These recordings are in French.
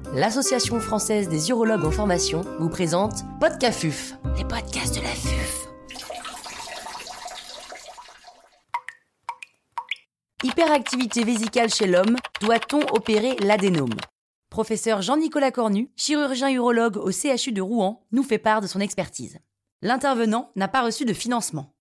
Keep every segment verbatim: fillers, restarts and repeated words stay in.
l'Association française des urologues en formation vous présente Podcafuf, les podcasts de la F U F. Hyperactivité vésicale chez l'homme, doit-on opérer l'adénome ? Professeur Jean-Nicolas Cornu, chirurgien urologue au C H U de Rouen, nous fait part de son expertise. L'intervenant n'a pas reçu de financement.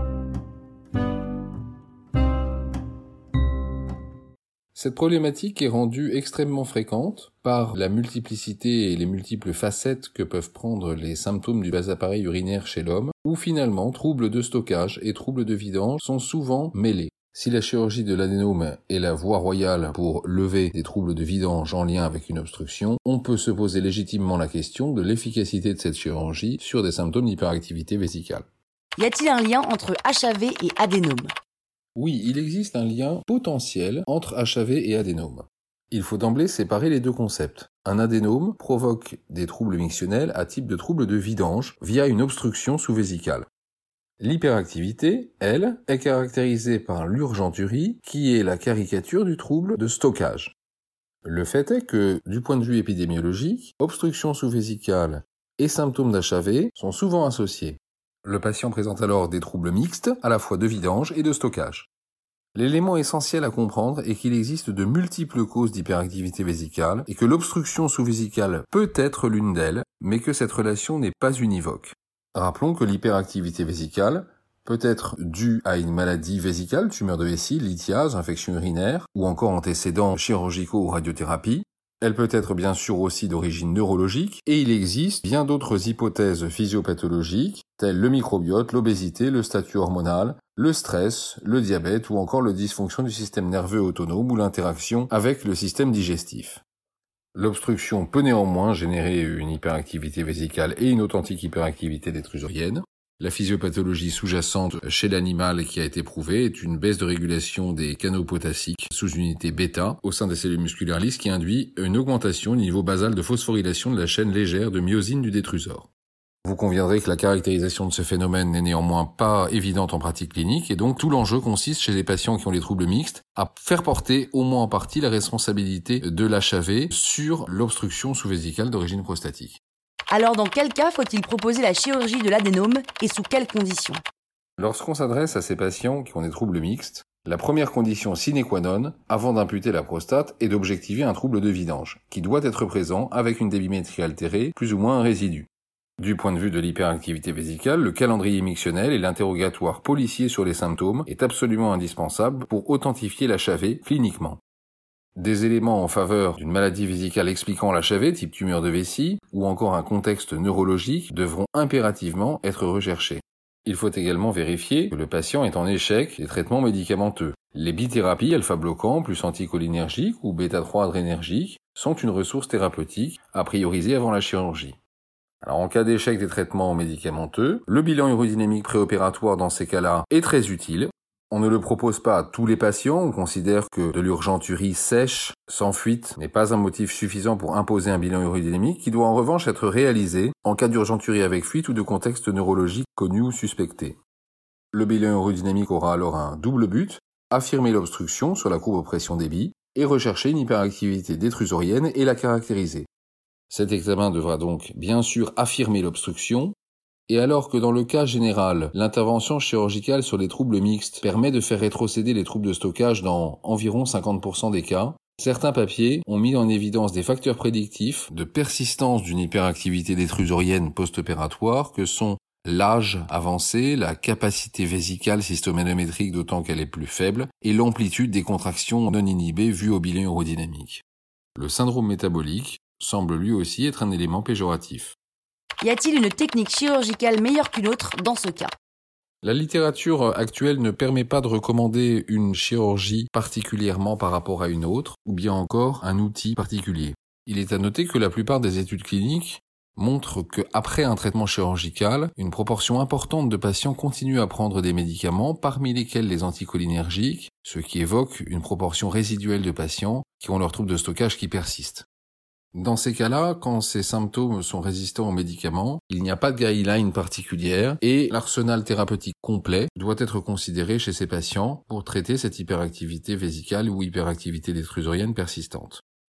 Cette problématique est rendue extrêmement fréquente par la multiplicité et les multiples facettes que peuvent prendre les symptômes du bas appareil urinaire chez l'homme, où finalement troubles de stockage et troubles de vidange sont souvent mêlés. Si la chirurgie de l'adénome est la voie royale pour lever des troubles de vidange en lien avec une obstruction, on peut se poser légitimement la question de l'efficacité de cette chirurgie sur des symptômes d'hyperactivité vésicale. Y a-t-il un lien entre H A V et adénome ? Oui, il existe un lien potentiel entre H A V et adénome. Il faut d'emblée séparer les deux concepts. Un adénome provoque des troubles mictionnels à type de troubles de vidange via une obstruction sous-vésicale. L'hyperactivité, elle, est caractérisée par l'urgenturie, qui est la caricature du trouble de stockage. Le fait est que, du point de vue épidémiologique, obstruction sous-vésicale et symptômes d'H A V sont souvent associés. Le patient présente alors des troubles mixtes, à la fois de vidange et de stockage. L'élément essentiel à comprendre est qu'il existe de multiples causes d'hyperactivité vésicale et que l'obstruction sous-vésicale peut être l'une d'elles, mais que cette relation n'est pas univoque. Rappelons que l'hyperactivité vésicale peut être due à une maladie vésicale, tumeur de vessie, lithiase, infection urinaire, ou encore antécédents chirurgicaux ou radiothérapie. Elle peut être bien sûr aussi d'origine neurologique, et il existe bien d'autres hypothèses physiopathologiques, telles le microbiote, l'obésité, le statut hormonal, le stress, le diabète ou encore la dysfonction du système nerveux autonome ou l'interaction avec le système digestif. L'obstruction peut néanmoins générer une hyperactivité vésicale et une authentique hyperactivité détrusorienne. La physiopathologie sous-jacente chez l'animal qui a été prouvée est une baisse de régulation des canaux potassiques sous unité bêta au sein des cellules musculaires lisses qui induit une augmentation du niveau basal de phosphorylation de la chaîne légère de myosine du détrusor. Vous conviendrez que la caractérisation de ce phénomène n'est néanmoins pas évidente en pratique clinique et donc tout l'enjeu consiste chez les patients qui ont les troubles mixtes à faire porter au moins en partie la responsabilité de l'H A V sur l'obstruction sous-vésicale d'origine prostatique. Alors dans quel cas faut-il proposer la chirurgie de l'adénome et sous quelles conditions ? Lorsqu'on s'adresse à ces patients qui ont des troubles mixtes, la première condition sine qua non, avant d'imputer la prostate, est d'objectiver un trouble de vidange, qui doit être présent avec une débimétrie altérée, plus ou moins un résidu. Du point de vue de l'hyperactivité vésicale, le calendrier mictionnel et l'interrogatoire policier sur les symptômes est absolument indispensable pour authentifier l'H A V cliniquement. Des éléments en faveur d'une maladie vésicale expliquant l'H A V, type tumeur de vessie, ou encore un contexte neurologique, devront impérativement être recherchés. Il faut également vérifier que le patient est en échec des traitements médicamenteux. Les bithérapies alpha-bloquants plus anticholinergiques ou bêta trois adrénergiques sont une ressource thérapeutique à prioriser avant la chirurgie. Alors en cas d'échec des traitements médicamenteux, le bilan urodynamique préopératoire dans ces cas-là est très utile. On ne le propose pas à tous les patients, on considère que de l'urgenturie sèche, sans fuite, n'est pas un motif suffisant pour imposer un bilan urodynamique qui doit en revanche être réalisé en cas d'urgenturie avec fuite ou de contexte neurologique connu ou suspecté. Le bilan urodynamique aura alors un double but, affirmer l'obstruction sur la courbe pression-débit et rechercher une hyperactivité détrusorienne et la caractériser. Cet examen devra donc bien sûr affirmer l'obstruction, et alors que dans le cas général, l'intervention chirurgicale sur les troubles mixtes permet de faire rétrocéder les troubles de stockage dans environ cinquante pour cent des cas, certains papiers ont mis en évidence des facteurs prédictifs de persistance d'une hyperactivité détrusorienne post-opératoire que sont l'âge avancé, la capacité vésicale systoménométrique d'autant qu'elle est plus faible, et l'amplitude des contractions non inhibées vues au bilan urodynamique. Le syndrome métabolique semble lui aussi être un élément péjoratif. Y a-t-il une technique chirurgicale meilleure qu'une autre dans ce cas ? La littérature actuelle ne permet pas de recommander une chirurgie particulièrement par rapport à une autre, ou bien encore un outil particulier. Il est à noter que la plupart des études cliniques montrent qu'après un traitement chirurgical, une proportion importante de patients continuent à prendre des médicaments, parmi lesquels les anticholinergiques, ce qui évoque une proportion résiduelle de patients qui ont leurs troubles de stockage qui persistent. Dans ces cas-là, quand ces symptômes sont résistants aux médicaments, il n'y a pas de guideline particulière et l'arsenal thérapeutique complet doit être considéré chez ces patients pour traiter cette hyperactivité vésicale ou hyperactivité détrusorienne persistante.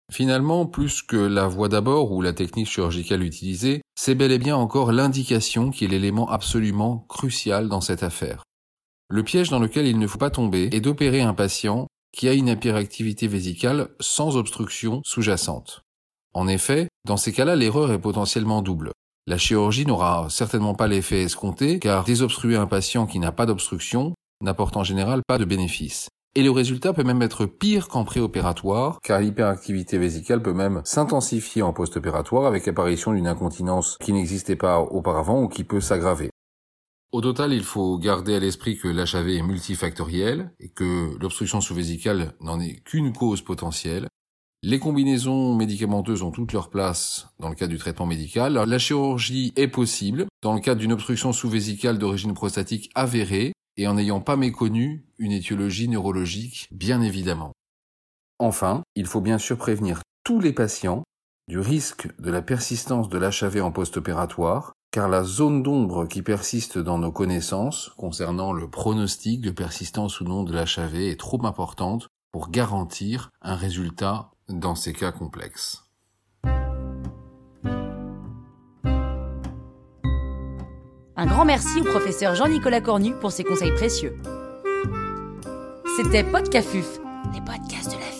Finalement, plus que la voie d'abord ou la technique chirurgicale utilisée, c'est bel et bien encore l'indication qui est l'élément absolument crucial dans cette affaire. Le piège dans lequel il ne faut pas tomber est d'opérer un patient qui a une hyperactivité vésicale sans obstruction sous-jacente. En effet, dans ces cas-là, l'erreur est potentiellement double. La chirurgie n'aura certainement pas l'effet escompté, car désobstruer un patient qui n'a pas d'obstruction n'apporte en général pas de bénéfice. Et le résultat peut même être pire qu'en préopératoire, car l'hyperactivité vésicale peut même s'intensifier en post-opératoire avec l'apparition d'une incontinence qui n'existait pas auparavant ou qui peut s'aggraver. Au total, il faut garder à l'esprit que l'H A V est multifactoriel et que l'obstruction sous-vésicale n'en est qu'une cause potentielle. Les combinaisons médicamenteuses ont toute leur place dans le cadre du traitement médical. La chirurgie est possible dans le cadre d'une obstruction sous-vésicale d'origine prostatique avérée et en n'ayant pas méconnu une étiologie neurologique, bien évidemment. Enfin, il faut bien sûr prévenir tous les patients du risque de la persistance de l'H A V en post-opératoire, car la zone d'ombre qui persiste dans nos connaissances concernant le pronostic de persistance ou non de l'H A V est trop importante pour garantir un résultat dans ces cas complexes. Un grand merci au professeur Jean-Nicolas Cornu pour ses conseils précieux. C'était Podcafuf, les podcasts de la vie.